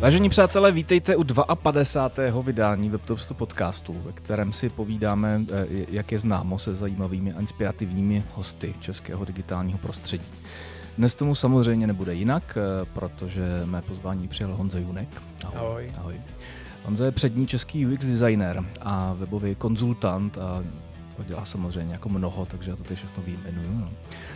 Vážení přátelé, vítejte u 52. vydání WebTopstu podcastu, ve kterém si povídáme, jak je známo, se zajímavými a inspirativními hosty českého digitálního prostředí. Dnes tomu samozřejmě nebude jinak, protože mé pozvání přijal Honza Junek. Ahoj. Ahoj. Honza je přední český UX designer a webový konzultant a to dělá samozřejmě jako mnoho, takže já to tady všechno vyjmenuju.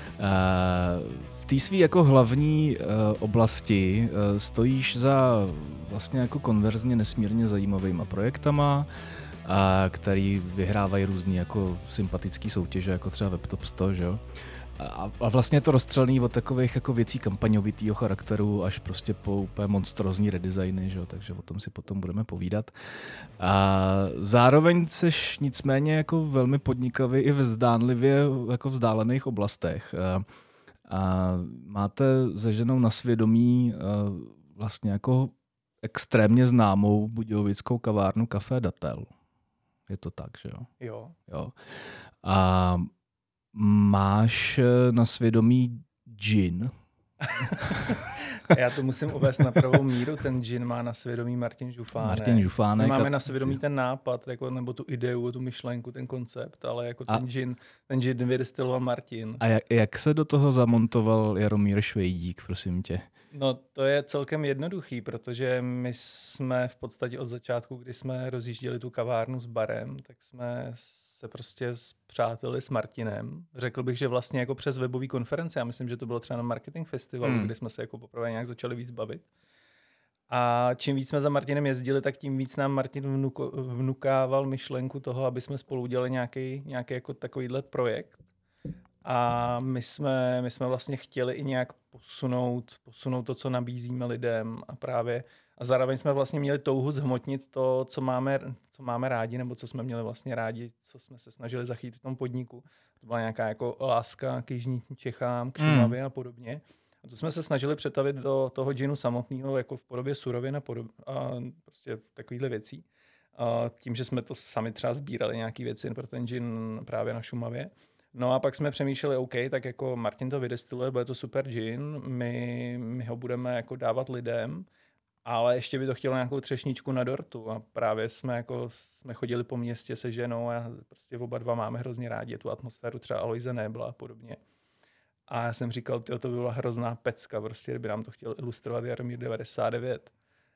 V té svý jako hlavní oblasti stojíš za vlastně jako konverzně nesmírně zajímavýma projektama, který vyhrávají různý jako sympatický soutěže, jako třeba WebTop 100, že jo? A vlastně je to rozstřelný od takových jako věcí kampaňovitýho charakteru až prostě po úplně monstrózní redesigny, že jo? Takže o tom si potom budeme povídat. A zároveň seš nicméně jako velmi podnikavý i v zdánlivě jako vzdálených oblastech. A máte se ženou na svědomí vlastně jako extrémně známou budějovickou kavárnu Café Datel. Je to tak, že jo? Jo. A máš na svědomí gin? Já to musím uvést na pravou míru. Ten gin má na svědomí Martin Žufánek. My máme na svědomí ten nápad, jako, nebo tu ideu, tu myšlenku, ten koncept, ale jako ten gin vydestiloval Martin. A jak se do toho zamontoval Jaromír Švejdík, prosím tě? No to je celkem jednoduchý, protože my jsme v podstatě od začátku, kdy jsme rozjížděli tu kavárnu s barem, tak jsme se prostě spřáteli s Martinem. Řekl bych, že vlastně jako přes webový konference, já myslím, že to bylo třeba na marketing festivalu, kde jsme se jako poprvé nějak začali víc bavit. A čím víc jsme za Martinem jezdili, tak tím víc nám Martin vnukával myšlenku toho, aby jsme spolu udělali nějaký jako takovýhle projekt. A my jsme vlastně chtěli i nějak posunout to, co nabízíme lidem a zároveň jsme vlastně měli touhu zhmotnit to, co máme rádi, nebo co jsme měli vlastně rádi, co jsme se snažili zachytit v tom podniku. To byla nějaká jako láska k jižním Čechám, k Šumavě a podobně. A to jsme se snažili přetavit do toho ginu samotného jako v podobě surovin a prostě takovýhle věcí. A tím, že jsme to sami třeba sbírali nějaký věci pro ten gin právě na Šumavě. No a pak jsme přemýšleli, OK, tak jako Martin to vydestiluje, bude to super gin, my ho budeme jako dávat lidem, ale ještě by to chtělo nějakou třešničku na dortu a právě jsme chodili po městě se ženou a prostě oba dva máme hrozně rádi tu atmosféru, třeba Aloise Nebla a podobně. A já jsem říkal, to by byla hrozná pecka, prostě kdyby nám to chtěl ilustrovat Jaromír 99.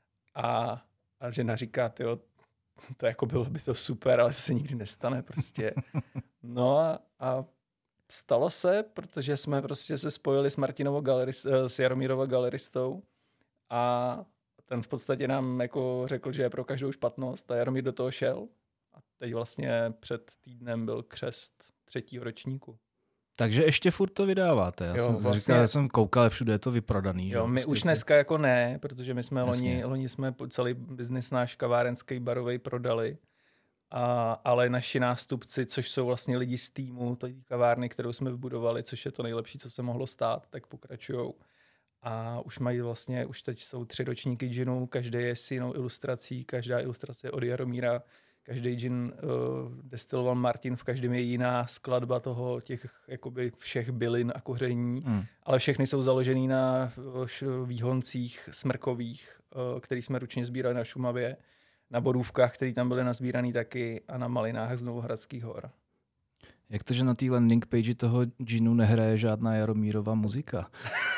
A žena říká, to jako bylo by to super, ale se nikdy nestane prostě. No a stalo se, protože jsme prostě se spojili s Jaromírovou galeristou a ten v podstatě nám jako řekl, že je pro každou špatnost a Jaromír do toho šel a teď vlastně před týdnem byl křest 3. ročníku. Takže ještě furt to vydáváte. Já jsem koukal, všude je to vyprodaný. Jo, že? my prostě už dneska jako ne, protože my jsme loni jsme celý biznis náš kavárenský barovej prodali. Ale naši nástupci, což jsou vlastně lidi z týmu, té kavárny, kterou jsme vybudovali, což je to nejlepší, co se mohlo stát, tak pokračujou. A už teď jsou 3 ročníky ginu, každý je s jinou ilustrací, každá ilustrace je od Jaromíra, každý gin destiloval Martin, v každém je jiná skladba těch jakoby všech bylin a koření, ale všechny jsou založený na výhoncích smrkových, který jsme ručně sbírali na Šumavě, na borůvkách, které tam byly nazbíraný taky a na malinách z Novohradských hor. Jak to, že na té landing page toho ginu nehraje žádná Jaromírova muzika?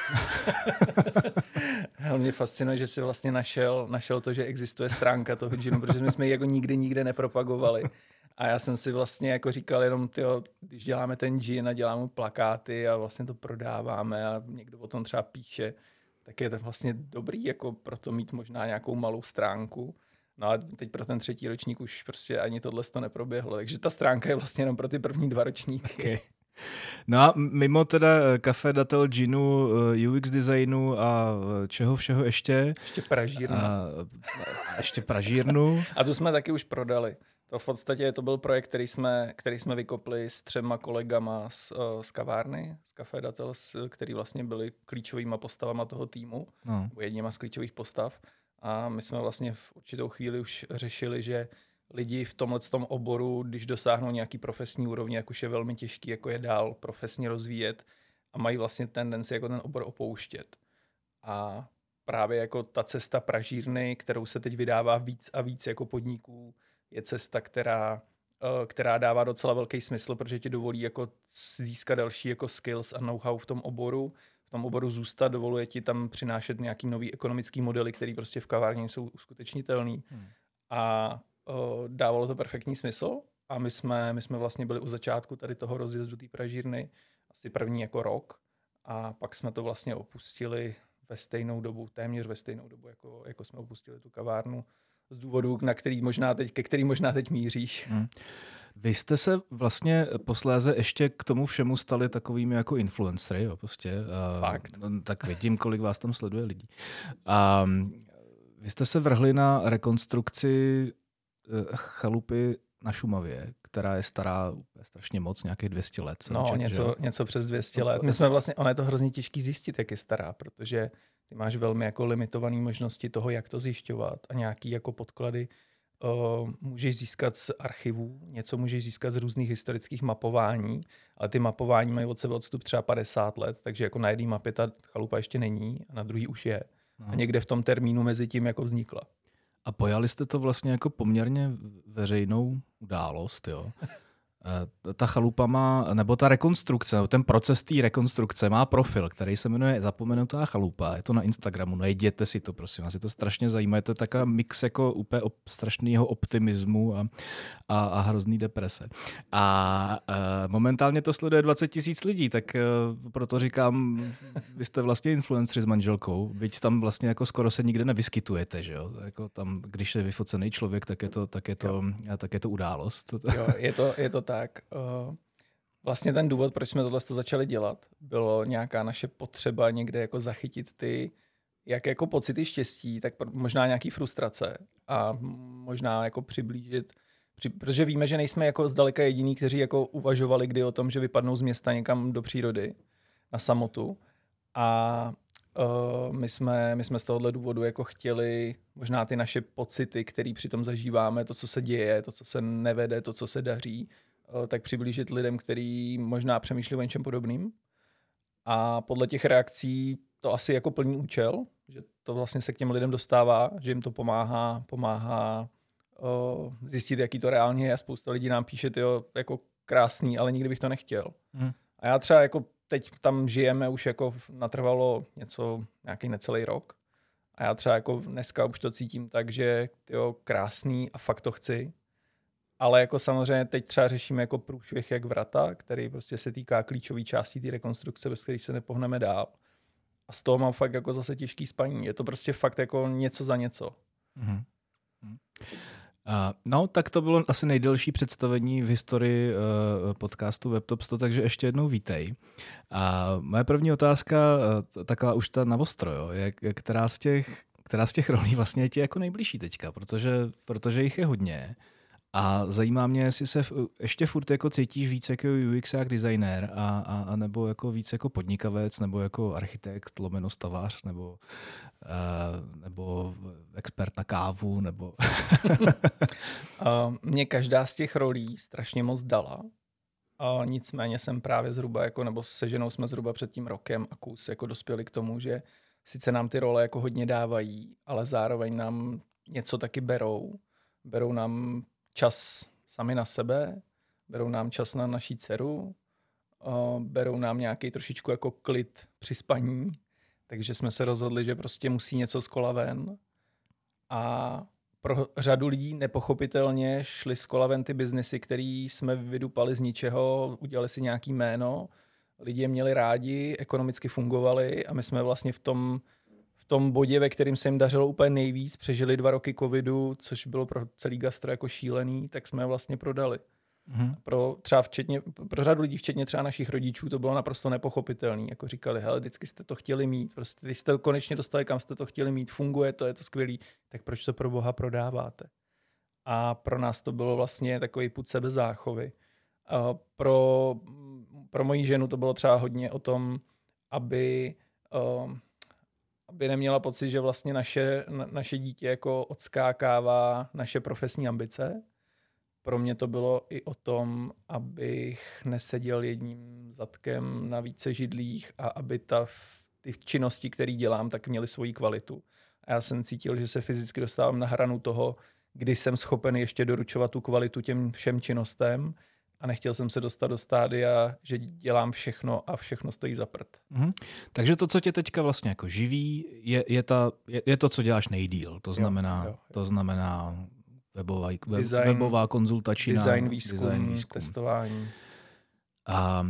Mě fascinuje, že si vlastně našel to, že existuje stránka toho ginu, protože my jsme ji jako nikde nepropagovali. A já jsem si vlastně jako říkal jenom, když děláme ten gin a děláme plakáty a vlastně to prodáváme a někdo o tom třeba píše, tak je to vlastně dobrý jako proto mít možná nějakou malou stránku. No a teď pro ten 3. ročník už prostě ani tohle to neproběhlo, takže ta stránka je vlastně jenom pro ty první 2 ročníky. Okay. No a mimo teda Café Datel, ginu, UX designu a čeho všeho ještě? Ještě pražírnu. A tu jsme taky už prodali. To v podstatě to byl projekt, který jsme vykopli s 3 kolegama z kavárny, z Café Datel, který vlastně byli klíčovýma postavama toho týmu, nebo jedněma z klíčových postav. A my jsme vlastně v určitou chvíli už řešili, že lidi v tomhletom oboru, když dosáhnou nějaký profesní úrovně, jak už je velmi těžký jako je dál profesně rozvíjet a mají vlastně tendenci jako ten obor opouštět. A právě jako ta cesta pražírny, kterou se teď vydává víc a víc jako podniků, je cesta, která dává docela velký smysl, protože ti dovolí jako získat další jako skills a know-how v tom oboru zůstat, dovoluje ti tam přinášet nějaký nový ekonomický modely, který prostě v kavárně jsou uskutečnitelný. A dávalo to perfektní smysl a my jsme vlastně byli u začátku tady toho rozjezdu té pražírny asi první jako rok a pak jsme to vlastně opustili téměř ve stejnou dobu, jako jsme opustili tu kavárnu z důvodu, ke který možná teď míříš. Vy jste se vlastně posléze ještě k tomu všemu stali takovými jako influencery, jo, prostě. Fakt. Tak vidím, kolik vás tam sleduje lidí. Vy jste se vrhli na rekonstrukci chalupy na Šumavě, která je stará strašně moc, nějakých 200 let. Něco přes 200 let. My jsme vlastně, ono je to hrozně těžký zjistit, jak je stará, protože ty máš velmi jako limitované možnosti toho, jak to zjišťovat a nějaký jako podklady můžeš získat z archivů, něco můžeš získat z různých historických mapování, ale ty mapování mají od sebe odstup třeba 50 let, takže jako na jedné mapě ta chalupa ještě není a na druhý už je. A někde v tom termínu mezi tím jako vznikla. A pojali jste to vlastně jako poměrně veřejnou událost, jo? Ta chalupa má, nebo ta rekonstrukce, nebo ten proces té rekonstrukce má profil, který se jmenuje Zapomenutá chalupa. Je to na Instagramu, najděte si to, prosím vás, je to strašně zajímavé. Je to taková mix jako úplně strašného optimismu a hrozný deprese. A momentálně to sleduje 20 000 lidí, tak proto říkám, vy jste vlastně influenceri s manželkou, byť tam vlastně jako skoro se nikde nevyskytujete, že jo? Jako tam, když je vyfocený člověk, tak je to událost. Jo, je to tak. Vlastně ten důvod, proč jsme tohle začali dělat, bylo nějaká naše potřeba někde jako zachytit ty jak jako pocity štěstí, tak možná nějaký frustrace a možná jako přiblížit, protože víme, že nejsme jako zdaleka jediní, kteří jako uvažovali kdy o tom, že vypadnou z města někam do přírody na samotu a my jsme z tohohle důvodu jako chtěli možná ty naše pocity, které přitom zažíváme, to, co se děje, to, co se nevede, to, co se daří, tak přiblížit lidem, kteří možná přemýšlí o něčem podobným. A podle těch reakcí to asi jako plní účel, že to vlastně se k těm lidem dostává, že jim to pomáhá zjistit, jaký to reálně je. A spousta lidí nám píše, tyjo, jako krásný, ale nikdy bych to nechtěl. A já třeba jako teď tam žijeme už jako natrvalo nějaký necelý rok. A já třeba jako dneska už to cítím tak, že tyjo, krásný a fakt to chci. Ale jako samozřejmě teď třeba řešíme jako průšvih jak vrata, který prostě se týká klíčové části té rekonstrukce, bez kterých se nepohneme dál. A z toho mám fakt jako zase těžký spaní. Je to prostě fakt jako něco za něco. No, tak to bylo asi nejdelší představení v historii podcastu WebTop 100, takže ještě jednou vítej. Moje první otázka, taková už ta navostro, jo, která z těch rolí vlastně je ti jako nejbližší teďka, protože jich je hodně. A zajímá mě, jestli se ještě furt jako cítíš víc jako UXák designer a nebo jako víc jako podnikavec, nebo jako architekt, lomeno stavář, nebo expert na kávu, nebo... Mě každá z těch rolí strašně moc dala. Nicméně jsem právě zhruba, jako, nebo se ženou jsme zhruba před tím rokem a kus jako dospěli k tomu, že sice nám ty role jako hodně dávají, ale zároveň nám něco taky berou. Berou nám čas sami na sebe, berou nám čas na naší dceru, berou nám nějaký trošičku jako klid při spaní, takže jsme se rozhodli, že prostě musí něco z kola ven. A pro řadu lidí nepochopitelně šly z kola ven ty biznesy, který jsme vydupali z ničeho, udělali si nějaký jméno, lidi je měli rádi, ekonomicky fungovali a my jsme vlastně v tom bodě, ve kterém se jim dařilo úplně nejvíc, přežili 2 roky covidu, což bylo pro celý gastro jako šílený, tak jsme je vlastně prodali. Pro řadu lidí, včetně třeba našich rodičů, to bylo naprosto nepochopitelné. Jako říkali, hele, vždycky jste to chtěli mít, prostě když jste to konečně dostali, kam jste to chtěli mít, funguje to, je to skvělý, tak proč to pro Boha prodáváte? A pro nás to bylo vlastně takový pud sebezáchovy. Pro moji ženu to bylo třeba hodně o tom, aby neměla pocit, že vlastně naše dítě jako odskákává naše profesní ambice. Pro mě to bylo i o tom, abych neseděl jedním zadkem na více židlích a aby ty činnosti, které dělám, tak měly svoji kvalitu. A já jsem cítil, že se fyzicky dostávám na hranu toho, kdy jsem schopen ještě doručovat tu kvalitu těm všem činnostem a nechtěl jsem se dostat do stádia, že dělám všechno a všechno stojí za prd. Takže to, co tě teďka vlastně jako živí, je to, co děláš nejdýl. To znamená webová konzultačina. Design, výzkum, testování. A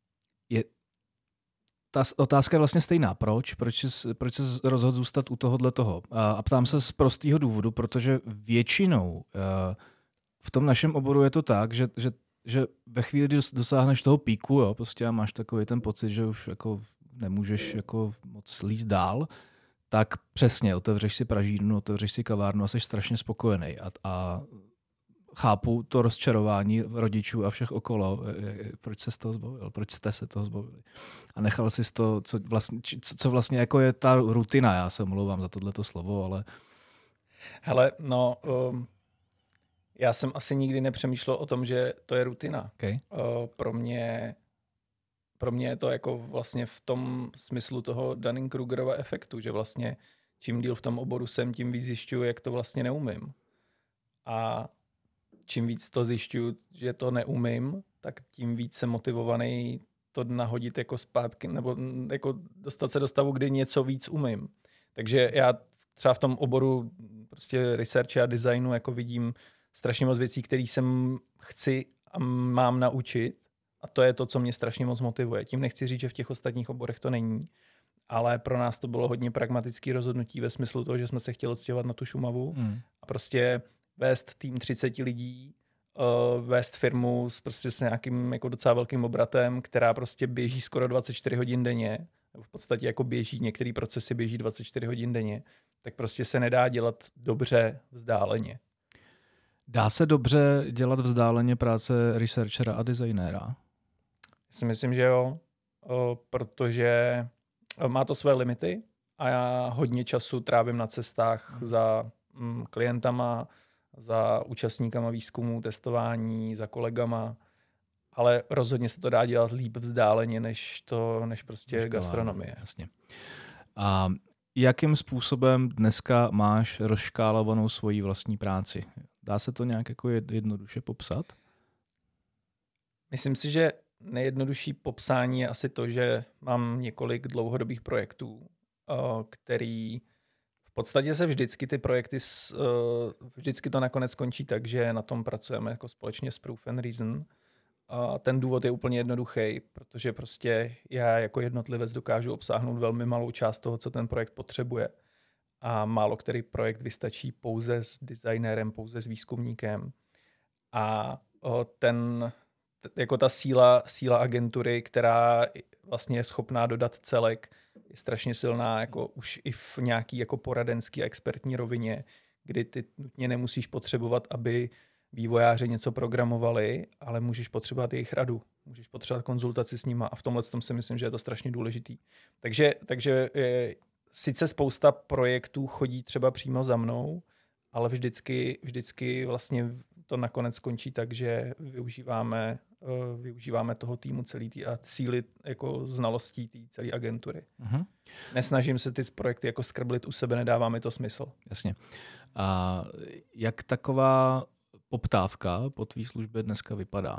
ta otázka je vlastně stejná. Proč se rozhodl zůstat u tohohle toho? A ptám se z prostého důvodu, protože většinou v tom našem oboru je to tak, že ve chvíli, kdy dosáhneš toho píku, jo, prostě a máš takový ten pocit, že už jako nemůžeš jako moc líst dál, tak přesně otevřeš si pražírnu, otevřeš si kavárnu a jsi strašně spokojený. A chápu to rozčarování rodičů a všech okolo. Proč se z toho zbavil? Proč jste se toho zbavili? A nechal jsi to, co vlastně jako je ta rutina. Já se omlouvám za tohleto slovo, ale... Hele, no... Já jsem asi nikdy nepřemýšlel o tom, že to je rutina. Okay. Pro mě je to jako vlastně v tom smyslu toho Dunning-Krugerova efektu, že vlastně čím díl v tom oboru jsem, tím víc zjišťuju, jak to vlastně neumím. A čím víc to zjišťuju, že to neumím, tak tím víc jsem motivovaný to nahodit jako zpátky, nebo jako dostat se do stavu, kdy něco víc umím. Takže já třeba v tom oboru prostě researche a designu jako vidím strašně moc věcí, které jsem chci a mám naučit. A to je to, co mě strašně moc motivuje. Tím nechci říct, že v těch ostatních oborech to není. Ale pro nás to bylo hodně pragmatické rozhodnutí ve smyslu toho, že jsme se chtěli odstěhovat na tu Šumavu a prostě vést tým 30 lidí, vést firmu s nějakým jako docela velkým obratem, která prostě běží skoro 24 hodin denně. V podstatě jako běží, některé procesy běží 24 hodin denně. Tak prostě se nedá dělat dobře vzdáleně. Dá se dobře dělat vzdáleně práce researchera a designéra? Já si myslím, že jo, protože má to své limity a já hodně času trávím na cestách za klientama, za účastníkama výzkumu, testování, za kolegama, ale rozhodně se to dá dělat líp vzdáleně, než prostě gastronomie. Jasně. A jakým způsobem dneska máš rozškálovanou svoji vlastní práci? Dá se to nějak jako jednoduše popsat? Myslím si, že nejjednodušší popsání je asi to, že mám několik dlouhodobých projektů, který v podstatě se vždycky ty projekty, vždycky to nakonec končí tak, že na tom pracujeme jako společně s Proof and Reason. A ten důvod je úplně jednoduchý, protože prostě já jako jednotlivec dokážu obsáhnout velmi malou část toho, co ten projekt potřebuje. A málo který projekt vystačí pouze s designérem, pouze s výzkumníkem. A jako ta síla agentury, která vlastně je schopná dodat celek, je strašně silná jako už i v nějaký jako poradenský a expertní rovině, kdy ty nutně nemusíš potřebovat, aby vývojáři něco programovali, ale můžeš potřebovat jejich radu, můžeš potřebovat konzultaci s nima a v tomhle tom si myslím, že je to strašně důležitý. Takže sice spousta projektů chodí třeba přímo za mnou, ale vždycky vlastně to nakonec skončí tak, že využíváme toho týmu celý a síly jako znalostí té celé agentury. Uh-huh. Nesnažím se ty projekty jako skrblit u sebe, nedává mi to smysl. Jasně. A jak taková poptávka po tvý službě dneska vypadá?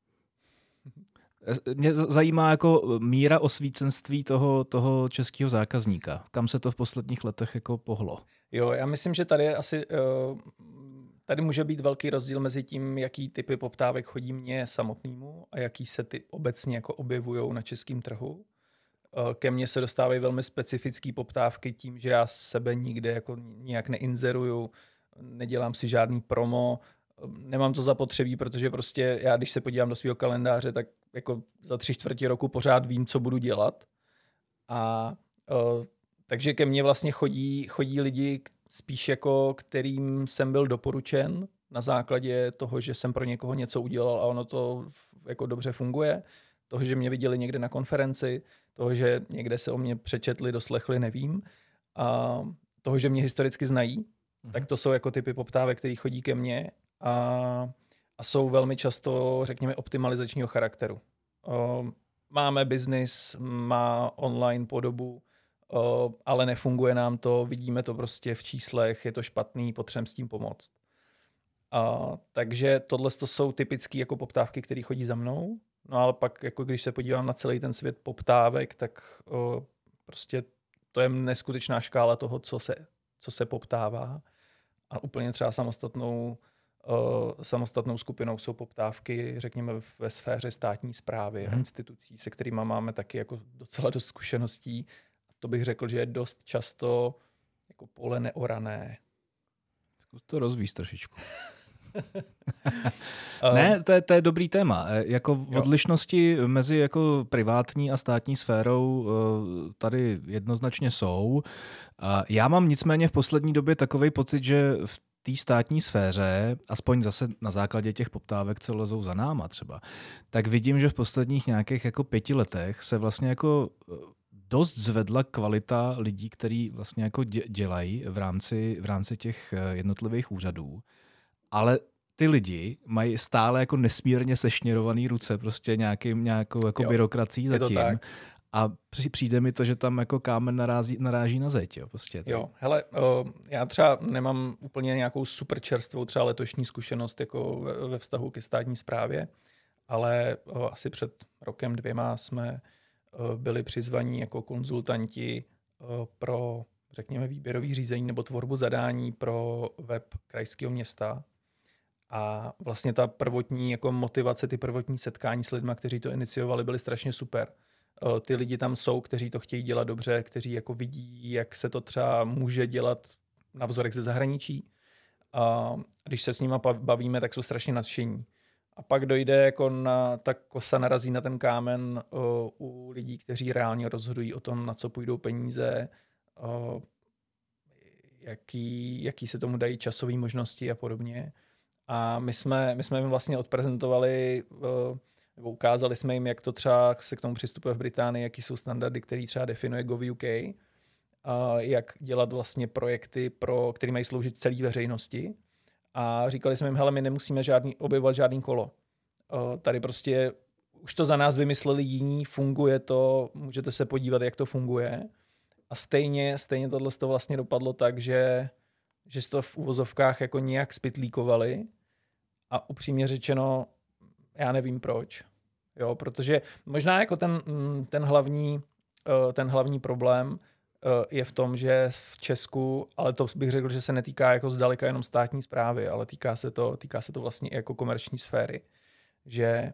Mě zajímá jako míra osvícenství toho českého zákazníka. Kam se to v posledních letech jako pohlo? Jo, já myslím, že tady je asi... Tady může být velký rozdíl mezi tím, jaký typy poptávek chodí mně samotnému a jaký se ty obecně jako objevují na českém trhu. Ke mně se dostávají velmi specifické poptávky tím, že já sebe nikde jako nijak neinzeruju, nedělám si žádný promo, nemám to zapotřebí, protože prostě já, když se podívám do svého kalendáře, tak jako za 3/4 roku pořád vím, co budu dělat. A takže ke mně vlastně chodí lidi spíš jako kterým jsem byl doporučen na základě toho, že jsem pro někoho něco udělal a ono to jako dobře funguje, toho, že mě viděli někde na konferenci, toho, že někde se o mě přečetli, doslechli, nevím, a toho, že mě historicky znají, tak to jsou jako typy poptávek, které chodí ke mně a jsou velmi často, řekněme, optimalizačního charakteru. Máme biznis, má online podobu, ale nefunguje nám to, vidíme to prostě v číslech, je to špatný, potřebujeme s tím pomoct. Takže tohle jsou typické jako poptávky, které chodí za mnou. No ale pak, jako když se podívám na celý ten svět poptávek, tak prostě to je neskutečná škála toho, co se poptává. A úplně třeba samostatnou skupinou jsou poptávky, řekněme, ve sféře státní správy a institucí, se kterými máme taky jako docela dost zkušeností. To bych řekl, že je dost často jako pole neorané. Zkus to rozvíjet trošičku. Ne, to je dobrý téma. Jako odlišnosti mezi jako privátní a státní sférou tady jednoznačně jsou. Já mám nicméně v poslední době takovej pocit, že v té státní sféře, aspoň zase na základě těch poptávek, co lezou za náma třeba, tak vidím, že v posledních nějakých jako 5 letech se vlastně jako dost zvedla kvalita lidí, kteří vlastně jako dělají v rámci těch jednotlivých úřadů. Ale ty lidi mají stále jako nesmírně sešněrovaný ruce prostě nějakou jako byrokracií zatím. A přijde mi to, že tam jako kámen naráží na zeď. Jo, prostě. Jo, hele, já třeba nemám úplně nějakou super čerstvou třeba letošní zkušenost jako ve vztahu ke státní správě, ale asi před rokem 2 jsme byli přizvaní jako konzultanti pro, řekněme, výběrový řízení nebo tvorbu zadání pro web krajského města. A vlastně ta prvotní jako motivace, ty prvotní setkání s lidmi, kteří to iniciovali, byly strašně super. Ty lidi tam jsou, kteří to chtějí dělat dobře, kteří jako vidí, jak se to třeba může dělat na vzorech ze zahraničí. A když se s nimi bavíme, tak jsou strašně nadšení. A pak dojde jako ta kosa narazí na ten kámen u lidí, kteří reálně rozhodují o tom, na co půjdou peníze, jaký se tomu dají časové možnosti a podobně. A my jsme jim vlastně odprezentovali, nebo ukázali jsme jim, jak to třeba se k tomu přistupuje v Británii, jaký jsou standardy, který třeba definuje gov.uk, a jak dělat vlastně projekty, které mají sloužit celé veřejnosti. A říkali jsme jim, hele, my nemusíme objevovat žádný kolo. Tady prostě už to za nás vymysleli jiní, funguje to, můžete se podívat, jak to funguje. A stejně tohle to vlastně dopadlo tak, že si to v uvozovkách jako nějak spitlíkovali a upřímně řečeno, já nevím proč. Jo, protože možná jako ten hlavní problém je v tom, že v Česku, ale to bych řekl, že se netýká jako zdaleka jenom státní správy, ale týká se to vlastně i jako komerční sféry, že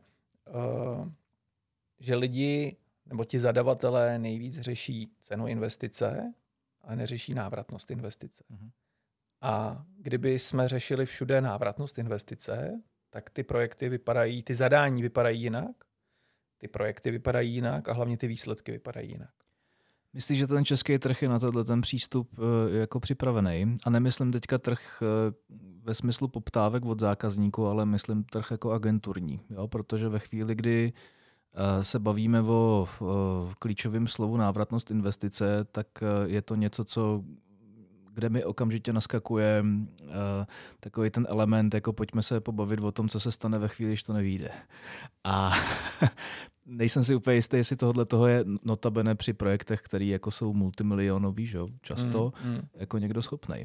lidi nebo ti zadavatelé nejvíc řeší cenu investice, ale neřeší návratnost investice. Mm-hmm. A kdyby jsme řešili všude návratnost investice, tak ty zadání vypadají jinak, ty projekty vypadají jinak a hlavně ty výsledky vypadají jinak. Myslíš, že ten český trh je na ten přístup jako připravený? A nemyslím teďka trh ve smyslu poptávek od zákazníků, ale myslím trh jako agenturní. Jo? Protože ve chvíli, kdy se bavíme o klíčovém slovu návratnost investice, tak je to něco, kde mi okamžitě naskakuje takový ten element, jako pojďme se pobavit o tom, co se stane ve chvíli, když to nevyjde. A nejsem si úplně jistý, jestli toho je notabene při projektech, který jako jsou multimilionový, že? Často jako někdo schopnej.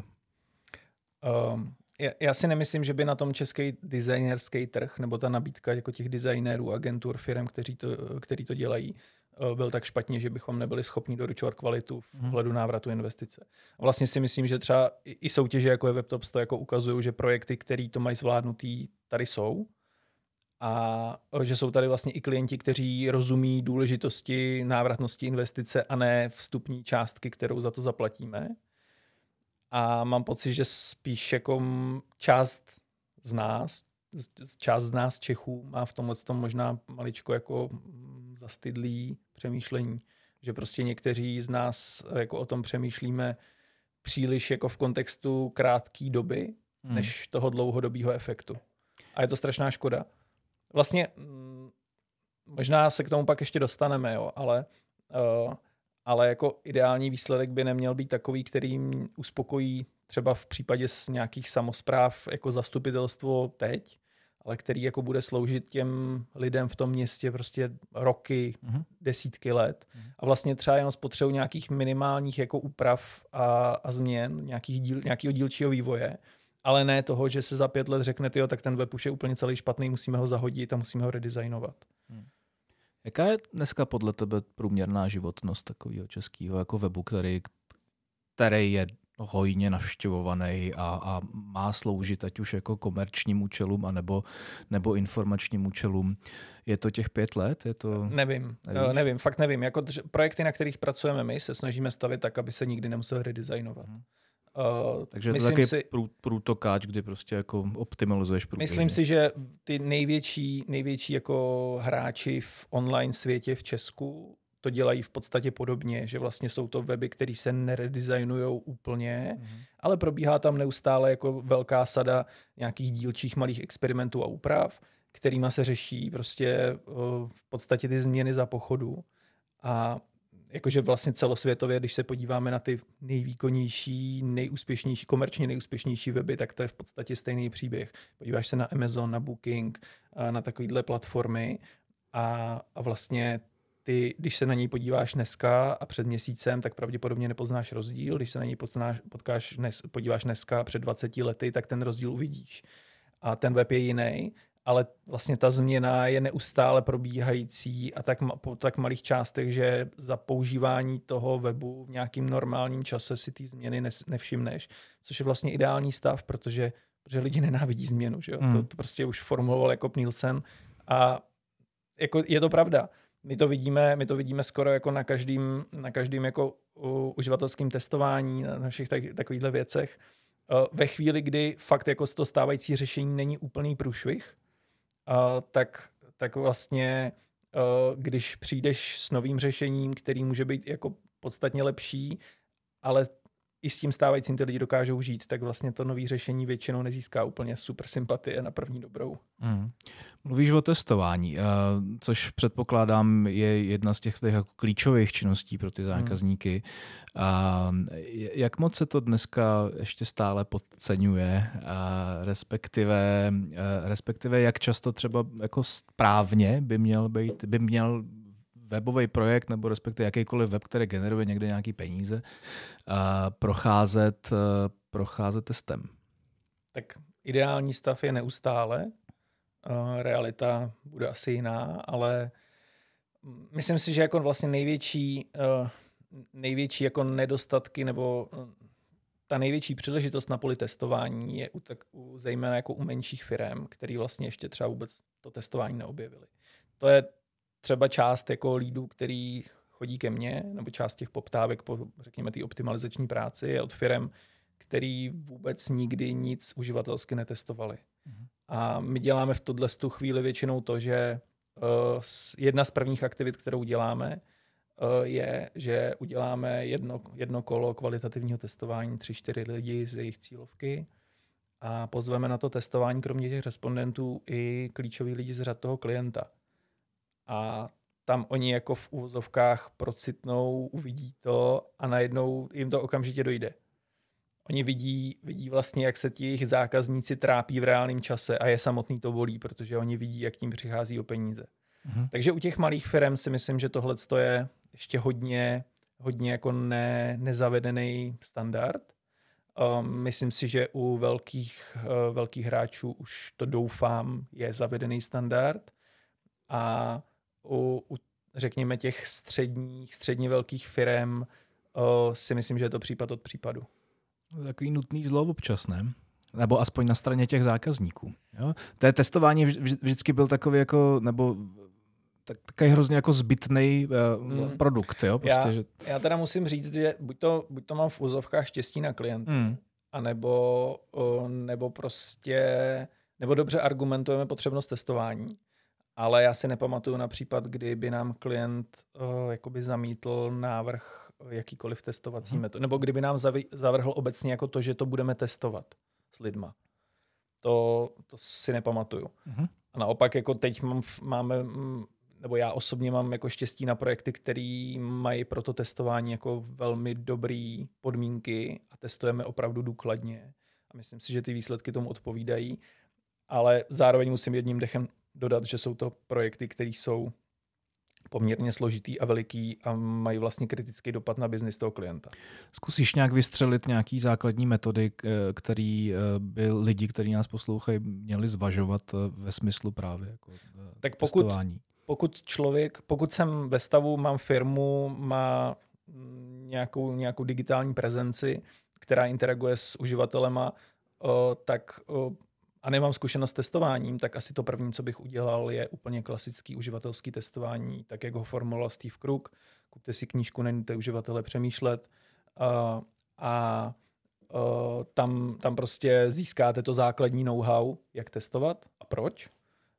Já si nemyslím, že by na tom český designerský trh nebo ta nabídka jako těch designérů, agentur, firm, který to dělají, byl tak špatně, že bychom nebyli schopni doručovat kvalitu v ohledu návratu investice. A vlastně si myslím, že třeba i soutěže jako je WebTops to jako ukazují, že projekty, který to mají zvládnutý, tady jsou. A že jsou tady vlastně i klienti, kteří rozumí důležitosti návratnosti investice a ne vstupní částky, kterou za to zaplatíme. A mám pocit, že spíš jako část z nás Čechů má v tomhle tom možná maličko jako zastydlý přemýšlení, že prostě někteří z nás jako o tom přemýšlíme příliš jako v kontextu krátké doby, než toho dlouhodobého efektu. A je to strašná škoda. Vlastně možná se k tomu pak ještě dostaneme, jo, ale jako ideální výsledek by neměl být takový, který uspokojí třeba v případě z nějakých samospráv jako zastupitelstvo teď, ale který jako bude sloužit těm lidem v tom městě prostě roky, desítky let. A vlastně třeba jenom s potřebou nějakých minimálních jako úprav a změn, nějakého dílčího vývoje, ale ne toho, že se za 5 let řekne, tyjo, tak ten web už je úplně celý špatný, musíme ho zahodit a musíme ho redesignovat. Jaká je dneska podle tebe průměrná životnost takového českého jako webu, který je hojně navštěvovaný a má sloužit ať už jako komerčním účelům nebo informačním účelům? Je to těch 5 let? Je to... Nevím, fakt nevím. Jako projekty, na kterých pracujeme my, se snažíme stavit tak, aby se nikdy nemusel redesignovat. Takže je to takový průtokáč, kdy prostě jako optimalizuješ průběžně. Myslím si, že ty největší jako hráči v online světě v Česku to dělají v podstatě podobně, že vlastně jsou to weby, které se neredesignujou úplně, ale probíhá tam neustále jako velká sada nějakých dílčích malých experimentů a úprav, kterýma se řeší prostě v podstatě ty změny za pochodu. A jakože vlastně celosvětově, když se podíváme na ty nejvýkonnější, nejúspěšnější, komerčně nejúspěšnější weby, tak to je v podstatě stejný příběh. Podíváš se na Amazon, na Booking, na takovýhle platformy a vlastně ty, když se na něj podíváš dneska a před měsícem, tak pravděpodobně nepoznáš rozdíl. Když se na něj podíváš dneska před 20 lety, tak ten rozdíl uvidíš. A ten web je jiný, ale vlastně ta změna je neustále probíhající a po tak malých částech, že za používání toho webu v nějakým normálním čase si ty změny nevšimneš, což je vlastně ideální stav, protože lidi nenávidí změnu. Že jo? To prostě už formuloval jako Nielsen a jako je to pravda. My to vidíme skoro jako na každém jako uživatelském testování, na všech takovýchhle věcech. Ve chvíli, kdy fakt jako to stávající řešení není úplný průšvih, tak vlastně, když přijdeš s novým řešením, který může být jako podstatně lepší, ale i s tím stávajícím ty lidi dokážou žít, tak vlastně to nový řešení většinou nezíská úplně super sympatie na první dobrou. Mluvíš o testování, což předpokládám je jedna z těch jako klíčových činností pro ty zákazníky. Jak moc se to dneska ještě stále podceňuje, respektive jak často třeba jako správně by měl webový projekt nebo respektive jakýkoliv web, který generuje někde nějaký peníze, procházet testem? Tak ideální stav je neustále. Realita bude asi jiná, ale myslím si, že jako vlastně největší jako nedostatky nebo ta největší příležitost na poli testování je zejména jako u menších firem, který vlastně ještě třeba vůbec to testování neobjevili. To je třeba část jako lídů, který chodí ke mně, nebo část těch poptávek po, řekněme, té optimalizační práci je od firem, který vůbec nikdy nic uživatelsky netestovali. A my děláme v tu chvíli většinou to, že jedna z prvních aktivit, kterou děláme, je, že uděláme jedno kolo kvalitativního testování 3-4 lidi z jejich cílovky a pozveme na to testování kromě těch respondentů i klíčoví lidi z řad toho klienta. A tam oni jako v uvozovkách procitnou, uvidí to a najednou jim to okamžitě dojde. Oni vidí vlastně, jak se ti jejich zákazníci trápí v reálném čase a je samotný to bolí, protože oni vidí, jak tím přichází o peníze. Takže u těch malých firm si myslím, že tohle je ještě hodně jako nezavedený standard. Myslím si, že u velkých hráčů už to doufám je zavedený standard a u řekněme těch středně velkých firm si myslím, že je to případ od případu. Takový nutný zlo občas, ne? Nebo aspoň na straně těch zákazníků. Jo? To testování vždycky byl takový jako, nebo takový hrozně jako zbytný produkt. Jo? Prostě, já teda musím říct, že buď to mám v úzovkách štěstí na klientu, nebo dobře argumentujeme potřebnost testování. Ale já si nepamatuju na případ, kdy by nám klient jakoby zamítl návrh jakýkoliv testovací metod, nebo kdyby nám zavrhl obecně jako to, že to budeme testovat s lidma. To si nepamatuju. A naopak jako teď nebo já osobně mám jako štěstí na projekty, které mají pro to testování jako velmi dobré podmínky a testujeme opravdu důkladně. A myslím si, že ty výsledky tomu odpovídají. ale zároveň musím jedním dechem dodat, že jsou to projekty, které jsou poměrně složitý a veliký a mají vlastně kritický dopad na biznis toho klienta. Zkusíš nějak vystřelit nějaký základní metody, který by lidi, kteří nás poslouchají, měli zvažovat ve smyslu právě jako tak testování? Pokud jsem ve stavu, mám firmu, má nějakou digitální prezenci, která interaguje s uživatelema, a nemám zkušenost s testováním, tak asi to první, co bych udělal, je úplně klasický uživatelský testování, tak jak ho formuloval Steve Krug. Kupte si knížku, nenuťte uživatele přemýšlet tam prostě získáte to základní know-how, jak testovat a proč.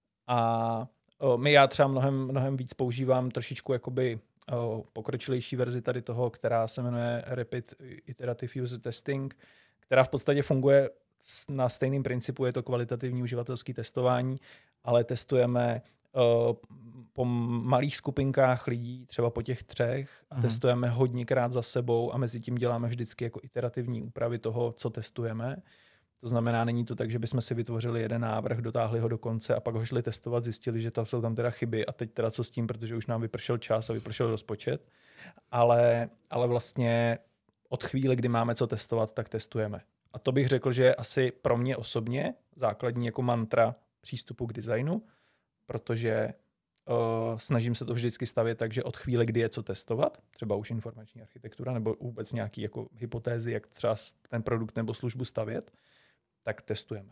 Já třeba mnohem víc používám trošičku jakoby pokročilejší verzi tady toho, která se jmenuje Rapid Iterative User Testing, která v podstatě funguje na stejném principu, je to kvalitativní uživatelské testování, ale testujeme po malých skupinkách lidí, třeba po těch 3, a testujeme hodněkrát za sebou a mezi tím děláme vždycky jako iterativní úpravy toho, co testujeme. To znamená, není to tak, že bychom si vytvořili jeden návrh, dotáhli ho do konce a pak ho šli testovat, zjistili, že tam jsou tam teda chyby a teď teda co s tím, protože už nám vypršel čas a vypršel rozpočet. Ale vlastně od chvíle, kdy máme co testovat, tak testujeme. A to bych řekl, že je asi pro mě osobně základní jako mantra přístupu k designu, protože snažím se to vždycky stavět tak, že od chvíle, kdy je co testovat, třeba už informační architektura nebo vůbec nějaký jako hypotézy, jak třeba ten produkt nebo službu stavět, tak testujeme.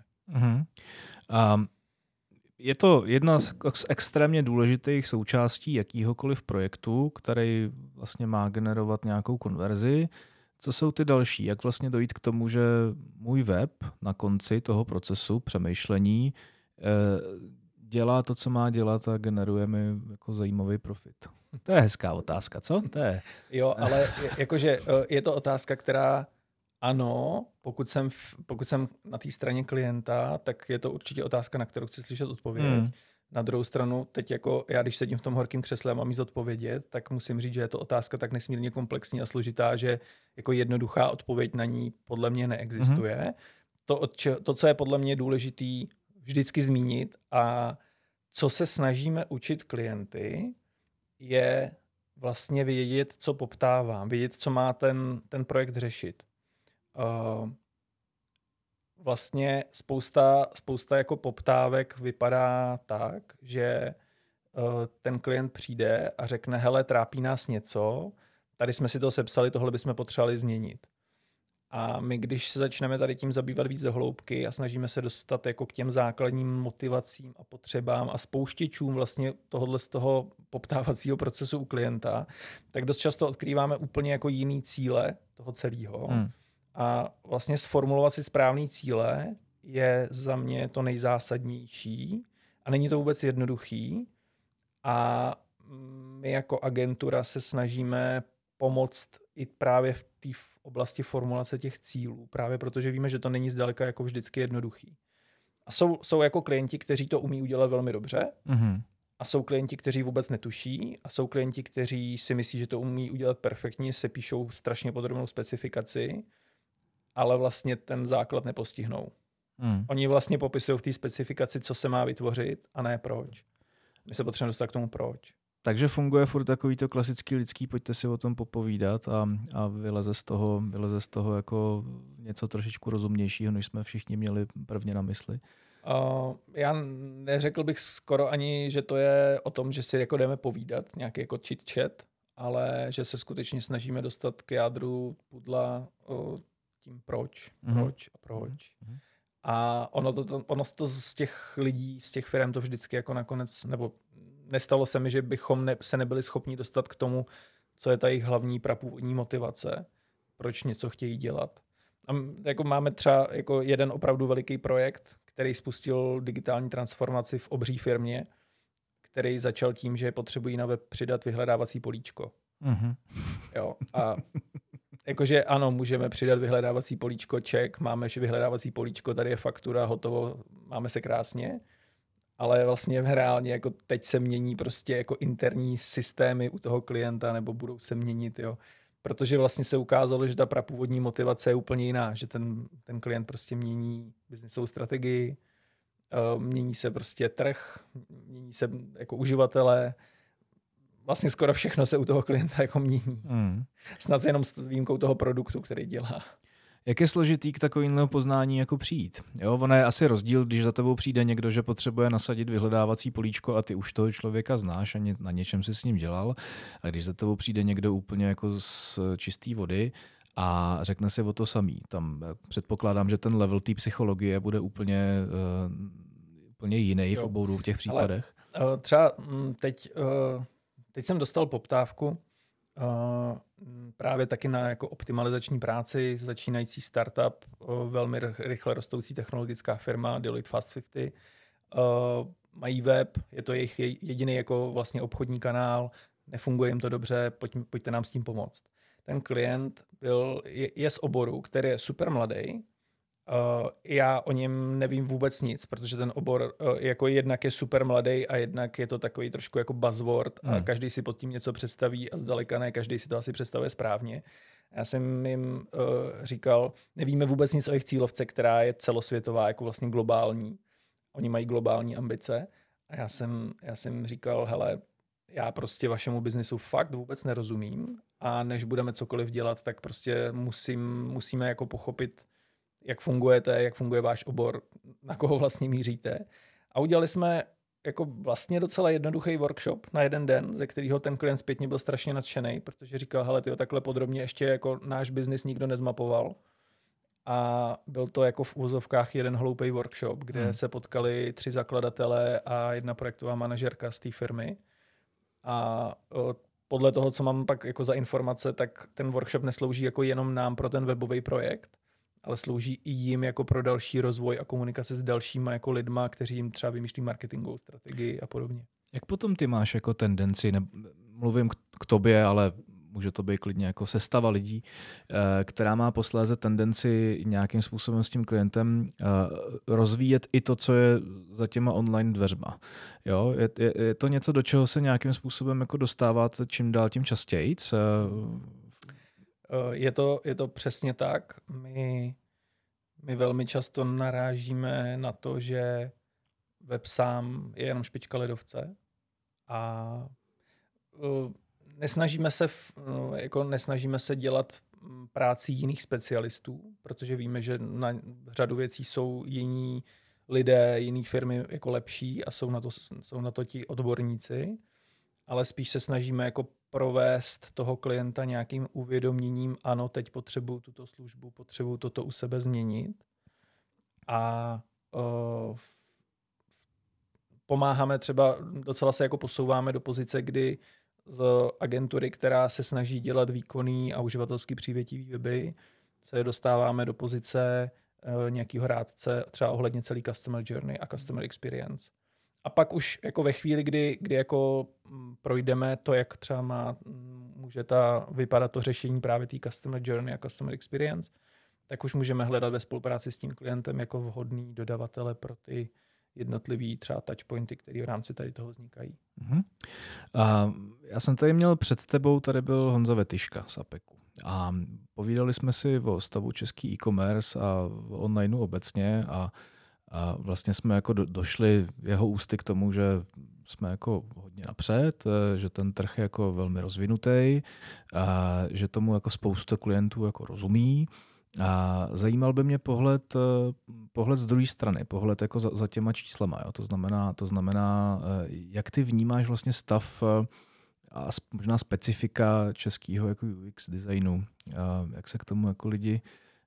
Je to jedna z extrémně důležitých součástí jakýhokoliv projektu, který vlastně má generovat nějakou konverzi. Co jsou ty další? Jak vlastně dojít k tomu, že můj web na konci toho procesu přemýšlení dělá to, co má dělat a generuje mi jako zajímavý profit? To je hezká otázka, co? To je... Jo, ale jakože je to otázka, která ano, pokud jsem na té straně klienta, tak je to určitě otázka, na kterou chci slyšet odpověď. Na druhou stranu, teď jako já, když sedím v tom horkém křesle a mám jí zodpovědět, tak musím říct, že je to otázka tak nesmírně komplexní a složitá, že jako jednoduchá odpověď na ní podle mě neexistuje. To, co je podle mě důležitý vždycky zmínit a co se snažíme učit klienty, je vlastně vědět, co poptávám, vědět, co má ten projekt řešit. Vlastně spousta jako poptávek vypadá tak, že ten klient přijde a řekne, hele, trápí nás něco, tady jsme si to sepsali, tohle bychom potřebovali změnit. A my, když se začneme tady tím zabývat víc do hloubky a snažíme se dostat jako k těm základním motivacím a potřebám a spouštěčům vlastně tohohle z toho poptávacího procesu u klienta, tak dost často odkrýváme úplně jako jiný cíle toho celého. A vlastně sformulovat si správný cíle je za mě to nejzásadnější a není to vůbec jednoduchý. A my jako agentura se snažíme pomoct i právě v té oblasti formulace těch cílů, právě protože víme, že to není zdaleka jako vždycky jednoduchý. A jsou jako klienti, kteří to umí udělat velmi dobře, a jsou klienti, kteří vůbec netuší, a jsou klienti, kteří si myslí, že to umí udělat perfektně, se píšou strašně podrobnou specifikaci, ale vlastně ten základ nepostihnou. Oni vlastně popisují v té specifikaci, co se má vytvořit a ne proč. My se potřebujeme dostat k tomu proč. Takže funguje furt takový to klasický lidský, pojďte si o tom popovídat a vyleze z toho jako něco trošičku rozumnějšího, než jsme všichni měli prvně na mysli. Já neřekl bych skoro ani, že to je o tom, že si jako jdeme povídat, nějaký jako chit-chat, ale že se skutečně snažíme dostat k jádru pudla tím proč. A ono to z těch lidí, z těch firm to vždycky jako nakonec, nebo nestalo se mi, že bychom se nebyli schopni dostat k tomu, co je ta jejich hlavní prapůvodní motivace, proč něco chtějí dělat. A jako máme třeba jako jeden opravdu veliký projekt, který spustil digitální transformaci v obří firmě, který začal tím, že potřebují na web přidat vyhledávací políčko. Jo, a jakože ano, můžeme přidat vyhledávací políčko, check, máme vyhledávací políčko, tady je faktura, hotovo, máme se krásně, ale vlastně reálně jako teď se mění prostě jako interní systémy u toho klienta nebo budou se měnit, jo. Protože vlastně se ukázalo, že ta prapůvodní motivace je úplně jiná, že ten klient prostě mění biznisovou strategii, mění se prostě trh, mění se jako uživatelé, vlastně skoro všechno se u toho klienta jako mění. Snad jenom s výjimkou toho produktu, který dělá. Jak je složitý k takovému poznání jako přijít? Jo, ono je asi rozdíl, když za tebou přijde někdo, že potřebuje nasadit vyhledávací políčko a ty už toho člověka znáš a na něčem si s ním dělal. A když za tebou přijde někdo úplně jako z čisté vody a řekne si o to samý. Tam předpokládám, že ten level té psychologie bude úplně jiný v obou těch případech. Ale, třeba teď jsem dostal poptávku právě taky na jako optimalizační práci, začínající startup, velmi rychle rostoucí technologická firma, Deloitte Fast 50. Mají web, je to jejich jediný jako vlastně obchodní kanál, nefunguje jim to dobře, pojďte nám s tím pomoct. Ten klient je z oboru, který je super mladý. Já o něm nevím vůbec nic, protože ten obor jako jednak je super mladý a jednak je to takový trošku jako buzzword a každý si pod tím něco představí a zdaleka ne každý si to asi představuje správně. Já jsem jim říkal, nevíme vůbec nic o jejich cílovce, která je celosvětová, jako vlastně globální. Oni mají globální ambice a já jsem říkal, hele, já prostě vašemu biznisu fakt vůbec nerozumím a než budeme cokoliv dělat, tak prostě musíme jako pochopit, jak fungujete, jak funguje váš obor, na koho vlastně míříte. A udělali jsme jako vlastně docela jednoduchý workshop na jeden den, ze kterého ten klient zpětně byl strašně nadšený, protože říkal, hele, tyjo, takhle podrobně ještě jako náš biznis nikdo nezmapoval. A byl to jako v úvozovkách jeden hloupý workshop, kde se potkali 3 zakladatelé a 1 projektová manažerka z té firmy. A podle toho, co mám pak jako za informace, tak ten workshop neslouží jako jenom nám pro ten webový projekt, ale slouží i jim jako pro další rozvoj a komunikace s dalšíma jako lidma, kteří jim třeba vymýšlí marketingovou strategii a podobně. Jak potom ty máš jako tendenci, mluvím k tobě, ale může to být klidně jako sestava lidí, která má posléze tendenci nějakým způsobem s tím klientem rozvíjet i to, co je za těma online dveřma. Jo? Je to něco, do čeho se nějakým způsobem jako dostáváte čím dál tím častěji? Je to přesně tak. My velmi často narážíme na to, že web sám je jenom špička ledovce a nesnažíme se dělat práci jiných specialistů, protože víme, že na řadu věcí jsou jiní lidé, jiné firmy jako lepší a jsou na to ti odborníci, ale spíš se snažíme jako provést toho klienta nějakým uvědoměním, ano, teď potřebuju tuto službu, potřebuju toto u sebe změnit a pomáháme třeba, docela se jako posouváme do pozice, kdy z agentury, která se snaží dělat výkonný a uživatelsky přívětivý weby, se dostáváme do pozice nějakého rádce, třeba ohledně celý customer journey a customer experience. A pak už jako ve chvíli, kdy jako projdeme to, jak třeba může vypadat to řešení právě té customer journey a customer experience, tak už můžeme hledat ve spolupráci s tím klientem jako vhodný dodavatele pro ty jednotlivý třeba touchpointy, které v rámci tady toho vznikají. A já jsem tady měl před tebou, tady byl Honza Vetyška z Apeku. A povídali jsme si o stavu český e-commerce a onlineu obecně a vlastně jsme jako došli jeho ústy k tomu, že jsme jako hodně napřed, že ten trh je jako velmi rozvinutý, a že tomu jako spousta klientů jako rozumí. A zajímal by mě pohled z druhé strany, pohled jako za těma číslama. Jo? To znamená, jak ty vnímáš vlastně stav a možná specifika českého jako UX designu, jak se k tomu jako lidi...